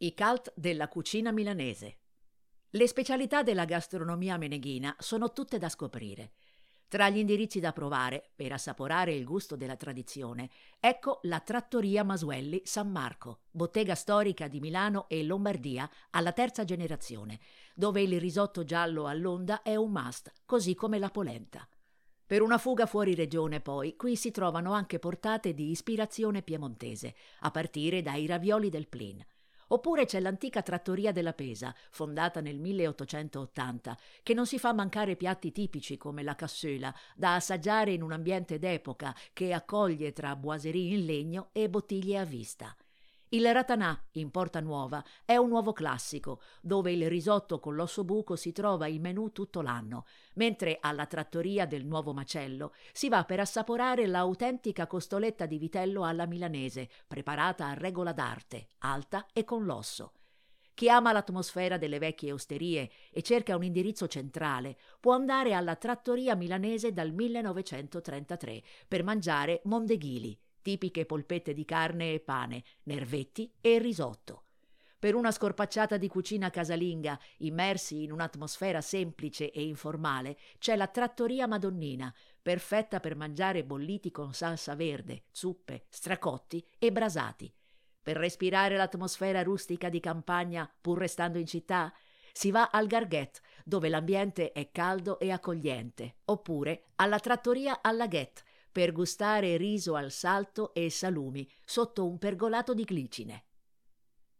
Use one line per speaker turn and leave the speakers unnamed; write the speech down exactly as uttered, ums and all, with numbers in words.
I cult della cucina milanese. Le specialità della gastronomia meneghina sono tutte da scoprire. Tra gli indirizzi da provare, per assaporare il gusto della tradizione, ecco la Trattoria Masuelli San Marco, bottega storica di Milano e Lombardia alla terza generazione, dove il risotto giallo all'onda è un must, così come la polenta. Per una fuga fuori regione, poi, qui si trovano anche portate di ispirazione piemontese, a partire dai ravioli del Plin. Oppure c'è l'antica trattoria della Pesa, fondata nel milleottocentottanta, che non si fa mancare piatti tipici come la cassola, da assaggiare in un ambiente d'epoca che accoglie tra boiserie in legno e bottiglie a vista. Il ratanà, in Porta Nuova, è un nuovo classico, dove il risotto con l'ossobuco si trova in menù tutto l'anno, mentre alla trattoria del Nuovo Macello si va per assaporare l'autentica costoletta di vitello alla milanese, preparata a regola d'arte, alta e con l'osso. Chi ama l'atmosfera delle vecchie osterie e cerca un indirizzo centrale può andare alla trattoria milanese dal millenovecentotrentatré per mangiare mondeghili, tipiche polpette di carne e pane, nervetti e risotto. Per una scorpacciata di cucina casalinga, immersi in un'atmosfera semplice e informale, c'è la Trattoria Madonnina, perfetta per mangiare bolliti con salsa verde, zuppe, stracotti e brasati. Per respirare l'atmosfera rustica di campagna, pur restando in città, si va al Garghet, dove l'ambiente è caldo e accogliente, oppure alla Trattoria alla Ghet, per gustare riso al salto e salumi sotto un pergolato di glicine.